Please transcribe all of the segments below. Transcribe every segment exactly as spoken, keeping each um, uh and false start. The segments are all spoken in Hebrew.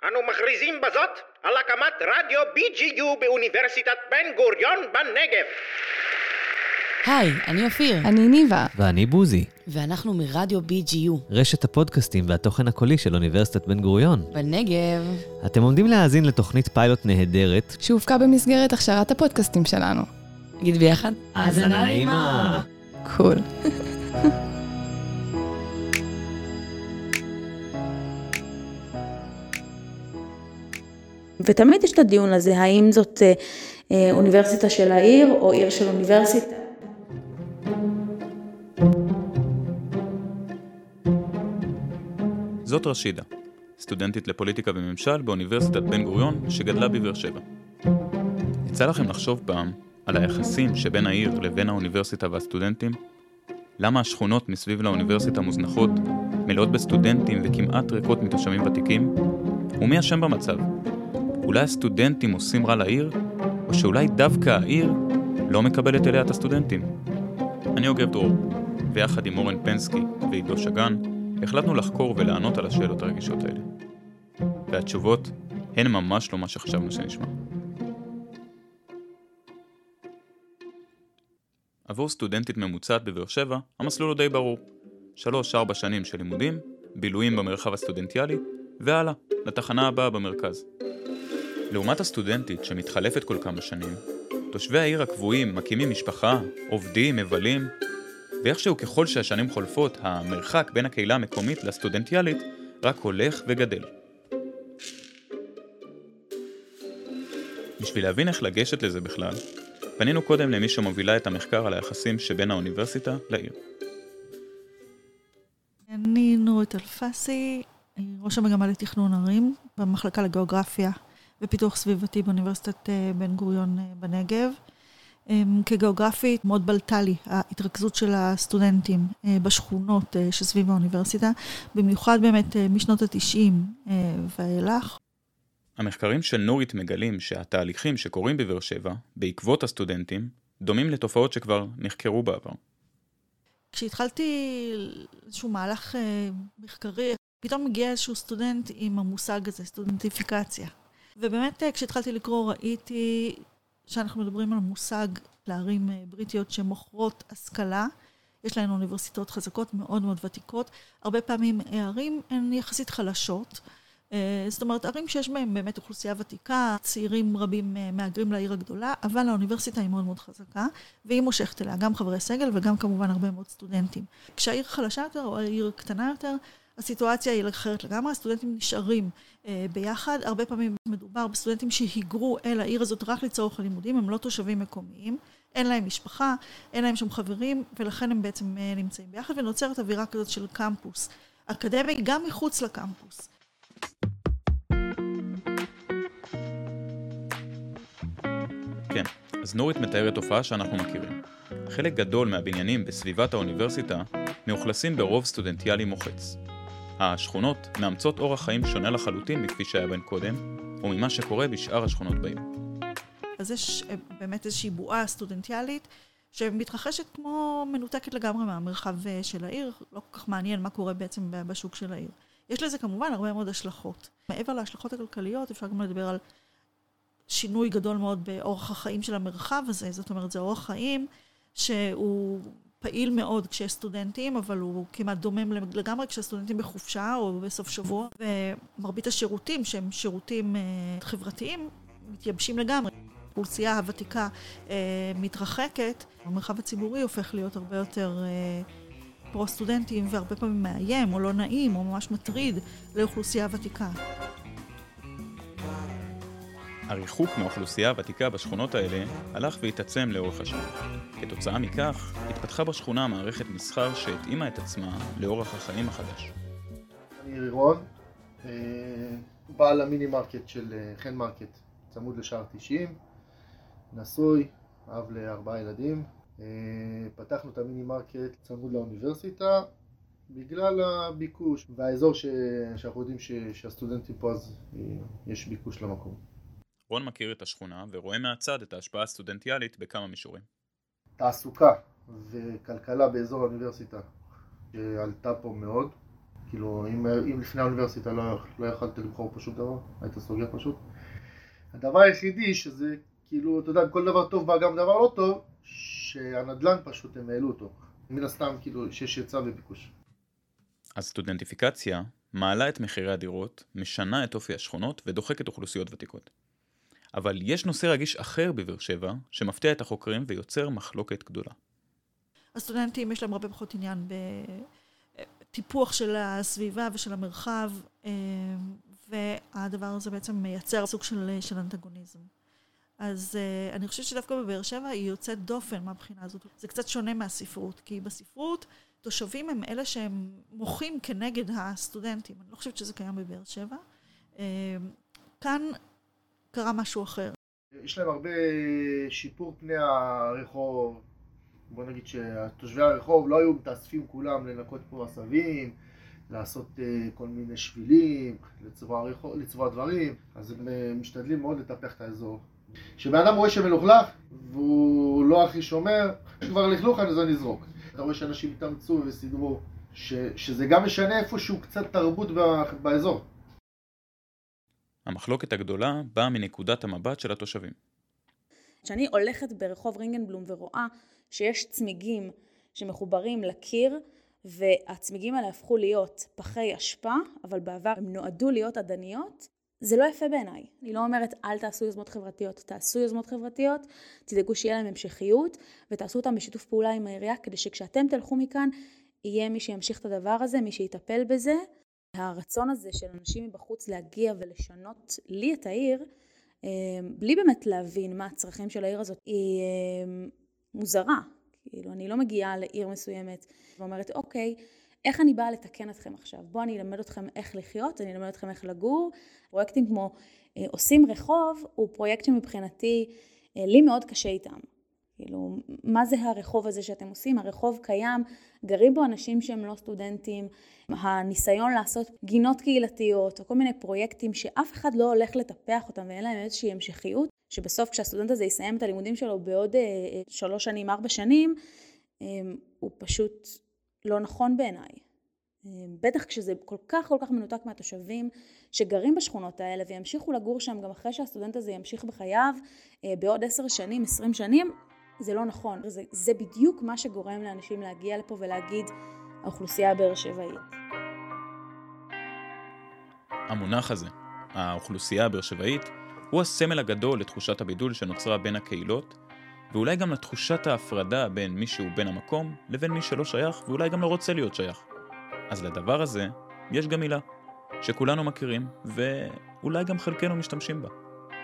אנו מכריזים בזאת על הקמת רדיו בי ג'י יו באוניברסיטת בן גוריון בנגב. היי, אני אופיר. אני ניבה. ואני בוזי. ואנחנו מרדיו בי ג'י יו. רשת הפודקאסטים והתוכן הקולי של אוניברסיטת בן גוריון. בנגב. אתם עומדים להאזין לתוכנית פיילוט נהדרת. שהופקה במסגרת הכשרת הפודקאסטים שלנו. נגיד ביחד. האזנה נעימה. קול. ותמיד יש את הדיון הזה, האם זאת אה, אוניברסיטה של העיר או עיר של אוניברסיטה. זאת רשידה, סטודנטית לפוליטיקה וממשל באוניברסיטת בן גוריון שגדלה בבאר שבע. יצא לכם לחשוב פעם על היחסים שבין העיר לבין האוניברסיטה והסטודנטים? למה השכונות מסביב לאוניברסיטה מוזנחות, מלאות בסטודנטים וכמעט ריקות מתושבים ותיקים? ומי אשם במצב? אולי הסטודנטים עושים רע לעיר, או שאולי דווקא העיר לא מקבלת אליה את הסטודנטים. אני אוגב דרור, ויחד עם אורן פנסקי ועידו שגן, החלטנו לחקור ולענות על השאלות הרגישות האלה. והתשובות הן ממש לא מה שחשבנו שנשמע. עבור סטודנטית ממוצעת בבאר שבע, המסלול הוא די ברור. שלוש ארבע שנים של לימודים, בילויים במרחב הסטודנטיאלי, והלאה, לתחנה הבאה במרכז. לעומת הסטודנטית שמתחלפת כל כמה שנים, תושבי העיר הקבועים מקימים משפחה, עובדים, מבלים, ואיכשהו ככל שהשנים חולפות, המרחק בין הקהילה המקומית לסטודנטיאלית רק הולך וגדל. בשביל להבין איך לגשת לזה בכלל, פנינו קודם למי שמובילה את המחקר על היחסים שבין האוניברסיטה לעיר. אני נורית אלפסי, ראש המגמה לתכנון ערים, במחלקה לגיאוגרפיה ופיתוח סביבתי באוניברסיטת בן גוריון בנגב. כגיאוגרפית מאוד בלטה לי ההתרכזות של הסטודנטים בשכונות שסביב האוניברסיטה, במיוחד באמת משנות ה-תשעים ואילך. המחקרים של נורית מגלים שהתהליכים שקורים בבאר שבע, בעקבות הסטודנטים, דומים לתופעות שכבר נחקרו בעבר. כשהתחלתי איזשהו מהלך מחקרי, פתאום מגיע איזשהו סטודנט עם המושג הזה, סטודנטיפיקציה. ובאמת כשהתחלתי לקרוא ראיתי שאנחנו מדברים על מושג לערים בריטיות שמוכרות השכלה. יש להן אוניברסיטאות חזקות מאוד מאוד ותיקות. הרבה פעמים הערים הן יחסית חלשות. זאת אומרת, ערים שיש בהן באמת אוכלוסייה ותיקה, צעירים רבים מהגרים לעיר הגדולה, אבל האוניברסיטה היא מאוד מאוד חזקה, והיא מושכת אליה גם חברי סגל וגם כמובן הרבה מאוד סטודנטים. כשהעיר חלשה יותר או העיר קטנה יותר, הסיטואציה היא אחרת לגמרי, הסטודנטים נשארים אה, ביחד, הרבה פעמים מדובר בסטודנטים שהיגרו אל העיר הזאת רק לצורך הלימודים, הם לא תושבים מקומיים, אין להם משפחה, אין להם שם חברים, ולכן הם בעצם אה, נמצאים ביחד, ונוצרת אווירה כזאת של קמפוס אקדמי, גם מחוץ לקמפוס. כן, אז נורית מתארת תופעה שאנחנו מכירים. חלק גדול מהבניינים בסביבת האוניברסיטה מאוכלסים ברוב סטודנטיאלי מוחץ. השכונות מאמצות אורח חיים שונה לחלוטין מכפי שהיה בין קודם, או ממה שקורה בשאר השכונות בעיר. אז יש באמת איזושהי בועה סטודנטיאלית שמתרחשת כמו מנותקת לגמרי מהמרחב של העיר, לא כל כך מעניין מה קורה בעצם בשוק של העיר. יש לזה כמובן הרבה מאוד השלכות. מעבר להשלכות הכלכליות אפשר גם לדבר על שינוי גדול מאוד באורח החיים של המרחב הזה, זאת אומרת זה אורח חיים שהוא פעיל מאוד כשיש סטודנטים, אבל הוא כמעט דומם לגמרי כשהסטודנטים בחופשה או בסוף שבוע, ומרבית השירותים שהם שירותים חברתיים מתייבשים לגמרי. האוכלוסייה הוותיקה מתרחקת, המרחב הציבורי הופך להיות הרבה יותר פרו-סטודנטים והרבה פעמים מאיים או לא נעים או ממש מטריד לאוכלוסייה ותיקה. הריחוק מהאוכלוסייה הוותיקה בשכונות האלה הלך והתעצם לאורך השנים. כתוצאה מכך, התפתחה בשכונה מערכת מסחר שהתאימה את עצמה לאורח החיים החדש. אני רירון, בעל המיני מרקט של חן מרקט, צמוד לשער תשעים, נשוי, אב לארבעה ילדים. פתחנו את המיני מרקט צמוד לאוניברסיטה בגלל הביקוש והאזור ש... שאנחנו יודעים ש... שהסטודנטים פה אז יש ביקוש למקום. רון מכיר את השכונה ורואה מהצד את ההשפעה הסטודנטיאלית בכמה מישורים. תעסוקה וכלכלה באזור האוניברסיטה שעלתה פה מאוד, כאילו, אם, אם לפני האוניברסיטה לא, לא יכולת לבחור פשוט דבר, היית סוגר פשוט. הדבר היחידי שזה, כאילו, אתה יודע, כל דבר טוב בא גם דבר לא טוב, שהנדל"ן פשוט הם העלו אותו. מן הסתם, כאילו, שיש היצע וביקוש. הסטודנטיפיקציה מעלה את מחירי הדירות, משנה את אופי השכונות ודוחקת אוכלוסיות ותיקות. אבל יש נושא רגיש אחר בבאר שבע, שמפתיע את החוקרים ויוצר מחלוקת גדולה. הסטודנטים יש להם הרבה פחות עניין בטיפוח של הסביבה ושל המרחב, והדבר הזה בעצם מייצר סוג של, של אנטגוניזם. אז uh, אני חושבת שדווקא בבאר שבע היא יוצאת דופן מהבחינה הזאת. זה קצת שונה מהספרות, כי בספרות תושבים הם אלה שהם מוחים כנגד הסטודנטים. אני לא חושבת שזה קיים בבאר שבע. Uh, כאן קרה משהו אחר. יש להם הרבה שיפור פני הרחוב. בוא נגיד שתושבי הרחוב לא היו מתאספים כולם לנקות פה עשבים, לעשות uh, כל מיני שבילים, לצבוע, הרחוב, לצבוע דברים. אז הם uh, משתדלים מאוד לטפח את האזור. כשבאדם רואה שמלוכלך, והוא לא הכי שומר, כשכבר לכלוך אז אני אזרוק. אתה רואה שאנשים התאמצו וסידרו, ש, שזה גם משנה איפשהו קצת תרבות באזור. המחלוקת הגדולה באה מנקודת המבט של התושבים. כשאני הולכת ברחוב רינגנבלום ורואה שיש צמיגים שמחוברים לקיר, והצמיגים האלה הפכו להיות פחי אשפה, אבל בעבר הם נועדו להיות עדניות, זה לא יפה בעיניי. אני לא אומרת, אל תעשו יוזמות חברתיות, תעשו יוזמות חברתיות, תדאגו שיהיה להם המשכיות, ותעשו אותם בשיתוף פעולה עם העירייה, כדי שכשאתם תלכו מכאן, יהיה מי שימשיך את הדבר הזה, מי שיטפל בזה. הרצון הזה של אנשים מבחוץ להגיע ולשנות לי את העיר, בלי באמת להבין מה הצרכים של העיר הזאת, היא מוזרה. כאילו, אני לא מגיעה לעיר מסוימת ואומרת, אוקיי, איך אני באה לתקן אתכם עכשיו? בואו אני אלמד אתכם איך לחיות, אני אלמד אתכם איך לגור. פרויקטים כמו אה, עושים רחוב, הוא פרויקט שמבחינתי אה, לי מאוד קשה איתם. כאילו, מה זה הרחוב הזה שאתם עושים? הרחוב קיים, גרים בו אנשים שהם לא סטודנטים, הניסיון לעשות גינות קהילתיות, או כל מיני פרויקטים שאף אחד לא הולך לטפח אותם, ואין להם איזושהי המשכיות, שבסוף כשהסטודנט הזה יסיים את הלימודים שלו בעוד אה, שלוש שנים, ארבע שנים, אה, הוא פשוט לא נכון בעיניי. בטח כשזה כל כך כל כך מנותק מהתושבים שגרים בשכונות האלה וימשיכו לגור שם גם אחרי שהסטודנט הזה ימשיך בחייו בעוד עשר שנים, עשרים שנים, זה לא נכון. זה, זה בדיוק מה שגורם לאנשים להגיע לפה ולהגיד האוכלוסייה הבאר שבעית. המונח הזה, האוכלוסייה הבאר שבעית, הוא הסמל הגדול לתחושת הבידול שנוצרה בין הקהילות, ואולי גם לתחושת ההפרדה בין מי שהוא בן המקום לבין מי שלא שייך, ואולי גם לא רוצה להיות שייך. אז לדבר הזה יש גם מילה שכולנו מכירים, ואולי גם חלקנו משתמשים בה.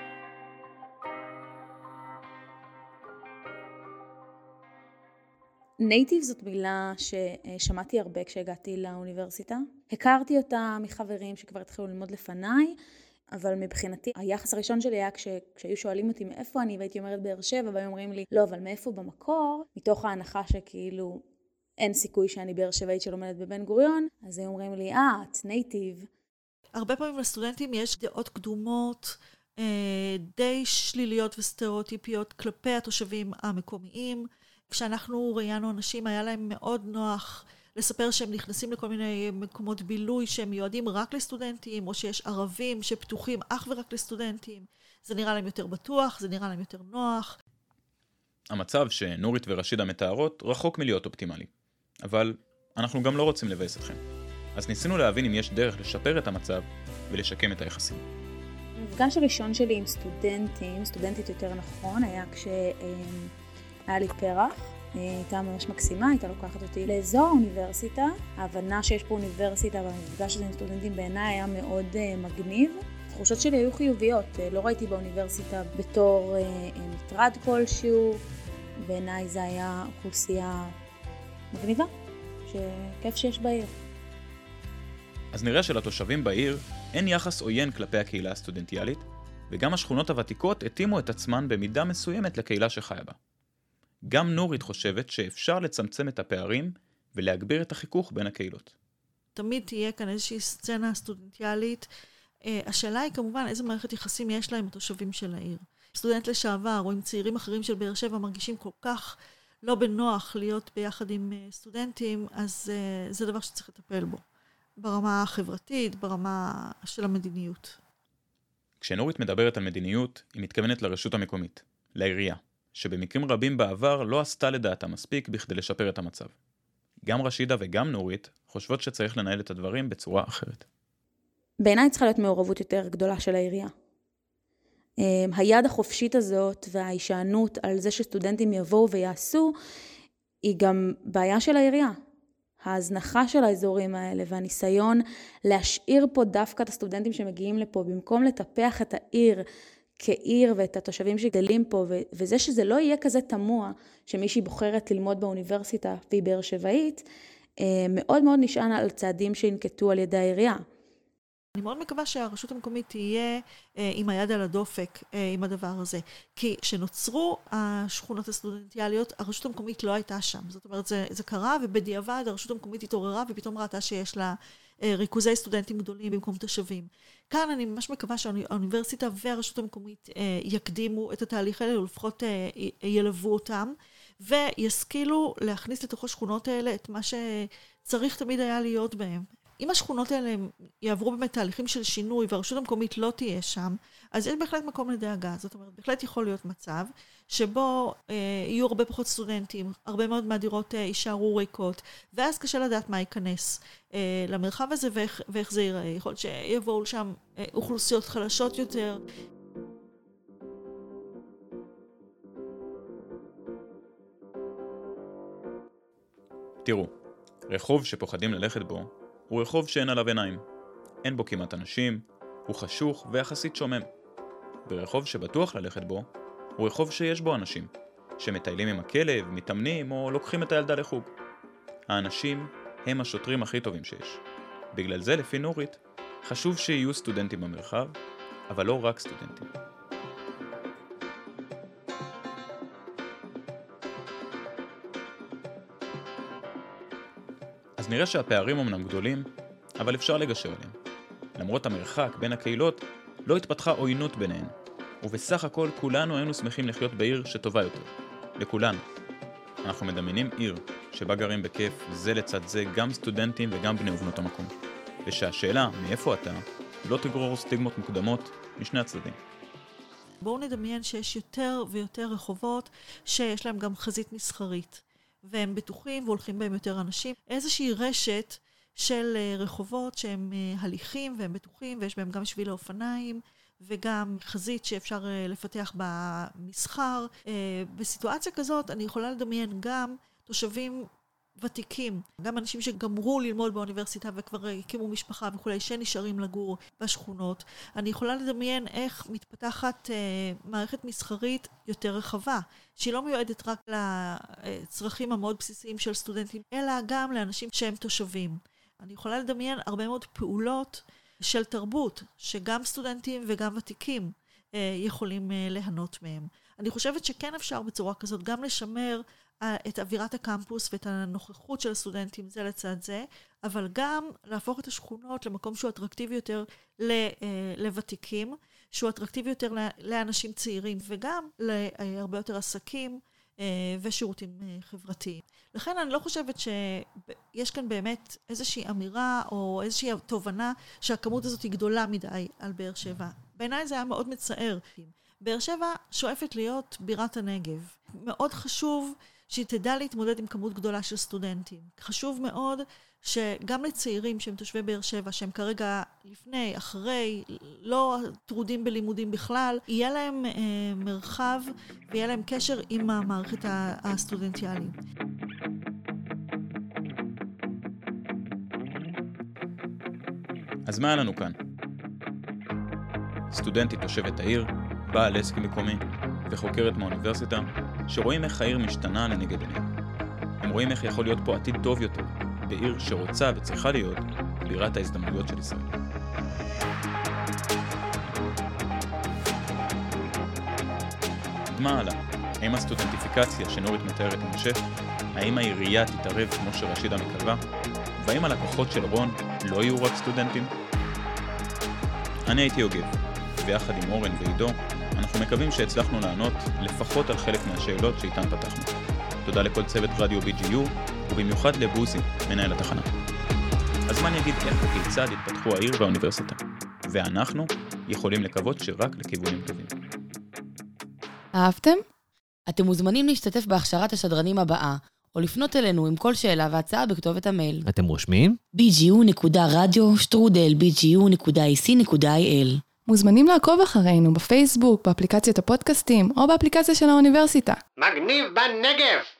נייטיב זאת מילה ששמעתי הרבה כשהגעתי לאוניברסיטה. הכרתי אותה מחברים שכבר התחילו ללמוד לפניי, אבל מבחינתי היחס הראשון שלי היה כש, כשהיו שואלים אותי מאיפה אני, והייתי אומרת באר שבע, והיו אומרים לי, לא, אבל מאיפה במקור? מתוך ההנחה שכאילו אין סיכוי שאני באר שבעית שלומדת בבן גוריון, אז היו אומרים לי, אה, את נייטיב. הרבה פעמים לסטודנטים יש דעות קדומות, אה, די שליליות וסטריאוטיפיות כלפי התושבים המקומיים. כשאנחנו ראיינו אנשים, היה להם מאוד נוח לספר שהם נכנסים לכל מיני מקומות בילוי שהם מיועדים רק לסטודנטים, או שיש ערבים שפתוחים אך ורק לסטודנטים. זה נראה להם יותר בטוח, זה נראה להם יותר נוח. המצב שנורית ורשידה מתארות רחוק מלהיות אופטימלי. אבל אנחנו גם לא רוצים לבאס אתכם. אז ניסינו להבין אם יש דרך לשפר את המצב ולשקם את היחסים. המפגש הראשון שלי עם סטודנטים, סטודנטית יותר נכון, היה כשהיה לי פרח. הייתה ממש מקסימה, הייתה לוקחת אותי לאזור האוניברסיטה. ההבנה שיש פה אוניברסיטה והמפגש הזה עם סטודנטים בעיניי היה מאוד מגניב. התחושות שלי היו חיוביות, לא ראיתי באוניברסיטה בתור מטרד כלשהו. בעיניי זה היה אוכלוסייה מגניבה, שכיף שיש בעיר. אז נראה שלתושבים בעיר אין יחס עוין כלפי הקהילה הסטודנטיאלית, וגם השכונות הוותיקות התאימו את עצמן במידה מסוימת לקהילה שחיה בה. גם נורית חושבת שאפשר לצמצם את הפערים ולהגביר את החיכוך בין הקהילות. תמיד תהיה כאן איזושהי סצנה סטודנטיאלית. השאלה היא כמובן איזה מערכת יחסים יש להם התושבים של העיר. סטודנט לשעבר או עם צעירים אחרים של באר שבע מרגישים כל כך לא בנוח להיות ביחד עם סטודנטים, אז זה דבר שצריך לטפל בו. ברמה החברתית, ברמה של המדיניות. כשנורית מדברת על מדיניות, היא מתכוונת לרשות המקומית, לעירייה, שבמקרים רבים בעבר לא עשתה לדעתה מספיק בכדי לשפר את המצב. גם רשידה וגם נורית חושבות שצריך לנהל את הדברים בצורה אחרת. בעיניי צריכה להיות מעורבות יותר גדולה של העירייה. היד החופשית הזאת וההישענות על זה שסטודנטים יבואו ויעשו, היא גם בעיה של העירייה. ההזנחה של האזורים האלה והניסיון להשאיר פה דווקא את הסטודנטים שמגיעים לפה, במקום לטפח את העיר כעיר ואת התושבים שגדלים פה, וזה שזה לא יהיה כזה תמוה שמישהי בוחרת ללמוד באוניברסיטה והיא באר שבעית, מאוד מאוד נשען על צעדים שינקטו על ידי העירייה. אני מאוד מקווה שהרשות המקומית תהיה אה, עם היד על הדופק אה, עם הדבר הזה. כי כשנוצרו השכונות הסטודנטיאליות, הרשות המקומית לא הייתה שם. זאת אומרת, זה, זה קרה, ובדיעבד הרשות המקומית התעוררה, ופתאום ראתה שיש לה אה, ריכוזי סטודנטים גדולים במקום תושבים. כאן אני ממש מקווה שהאוניברסיטה והרשות המקומית אה, יקדימו את התהליך האלה, ולפחות אה, ילוו אותם, וישכילו להכניס לתוך השכונות האלה את מה שצריך תמיד היה להיות בהם. אם השכונות האלה יעברו באמת תהליכים של שינוי והרשות המקומית לא תהיה שם, אז יש בהחלט מקום לדאגה. זאת אומרת, בהחלט יכול להיות מצב שבו אה, יהיו הרבה פחות סטודנטים, הרבה מאוד מהדירות אה, יישארו ריקות, ואז קשה לדעת מה ייכנס אה, למרחב הזה ואיך, ואיך זה ייראה. יכול להיות שיבואו לשם אה, אוכלוסיות חלשות יותר. תראו, רחוב שפוחדים ללכת בו, הוא רחוב שאין עליו עיניים. אין בו כמעט אנשים, הוא חשוך ויחסית שומם. ברחוב שבטוח ללכת בו, הוא רחוב שיש בו אנשים, שמטיילים עם הכלב, מתאמנים או לוקחים את הילדה לחוג. האנשים הם השוטרים הכי טובים שיש. בגלל זה, לפי נורית, חשוב שיהיו סטודנטים במרחב, אבל לא רק סטודנטים. אז נראה שהפערים אמנם גדולים, אבל אפשר לגשר עליהם. למרות המרחק בין הקהילות, לא התפתחה עוינות ביניהן, ובסך הכל כולנו היינו שמחים לחיות בעיר שטובה יותר. לכולנו. אנחנו מדמיינים עיר שבה גרים בכיף זה לצד זה גם סטודנטים וגם בני ובנות המקום. ושהשאלה מאיפה אתה לא תגרור סטיגמות מוקדמות משני הצדדים. בואו נדמיין שיש יותר ויותר רחובות שיש להם גם חזית מסחרית. והם בטוחים והולכים בהם יותר אנשים. איזושהי רשת של רחובות שהם הליכים והם בטוחים, ויש בהם גם שביל האופניים, וגם חזית שאפשר לפתח במסחר. בסיטואציה כזאת אני יכולה לדמיין גם תושבים ותיקים, גם אנשים שגמרו ללמוד באוניברסיטה וכבר הקימו משפחה וכולי, שנשארים לגור בשכונות. אני יכולה לדמיין איך מתפתחת אה, מערכת מסחרית יותר רחבה, שהיא לא מיועדת רק לצרכים המאוד בסיסיים של סטודנטים, אלא גם לאנשים שהם תושבים. אני יכולה לדמיין הרבה מאוד פעולות של תרבות, שגם סטודנטים וגם ותיקים אה, יכולים אה, ליהנות מהם. אני חושבת שכן אפשר בצורה כזאת גם לשמר את אווירת הקמפוס ואת הנוכחות של הסטודנטים זה לצד זה, אבל גם להפוך את השכונות למקום שהוא אטרקטיבי יותר לוותיקים, שהוא אטרקטיבי יותר לאנשים צעירים, וגם להרבה יותר עסקים ושירותים חברתיים. לכן אני לא חושבת שיש כאן באמת איזושהי אמירה או איזושהי תובנה שהכמות הזאת היא גדולה מדי על באר שבע. בעיניי זה היה מאוד מצער. באר שבע שואפת להיות בירת הנגב. מאוד חשוב שהיא תדע להתמודד עם כמות גדולה של סטודנטים. חשוב מאוד שגם לצעירים שהם תושבי באר שבע, שהם כרגע לפני, אחרי, לא טרודים בלימודים בכלל, יהיה להם אה, מרחב ויהיה להם קשר עם המערכת הסטודנטיאלית. אז מה היה לנו כאן? סטודנטית תושבת העיר, בעל עסק מקומי וחוקרת מהאוניברסיטה, שרואים איך העיר משתנה לנגד עיניהם. הם רואים איך יכול להיות פה עתיד טוב יותר, בעיר שרוצה וצריכה להיות בירת ההזדמנויות של ישראל. מה הלאה? האם הסטודנטיפיקציה שנורית מתארת תימשך? האם העירייה תתערב כמו שרשידה מקווה? והאם הלקוחות של רון לא יהיו רק סטודנטים? אני הייתי יוגב, ויחד עם אורן ועידו, אנחנו מקווים שהצלחנו לענות לפחות על חלק מהשאלות שאיתן פתחנו. תודה לכל צוות רדיו בי ג'י יו, ובמיוחד לבוזי, מנהל התחנה. הזמן יגיד איך וכיצד יתפתחו העיר והאוניברסיטה, ואנחנו יכולים לקוות שרק לכיוונים טובים. אהבתם? אתם מוזמנים להשתתף בהכשרת השדרנים הבאה, או לפנות אלינו עם כל שאלה והצעה בכתובת המייל. אתם רושמים? בי ג'י יו נקודה רדיו שטרודל בי ג'י יו נקודה איי סי נקודה איי אל. מוזמנים לעקוב אחרינו בפייסבוק, באפליקציות הפודקאסטים, או באפליקציה של האוניברסיטה. מגניב בנגב!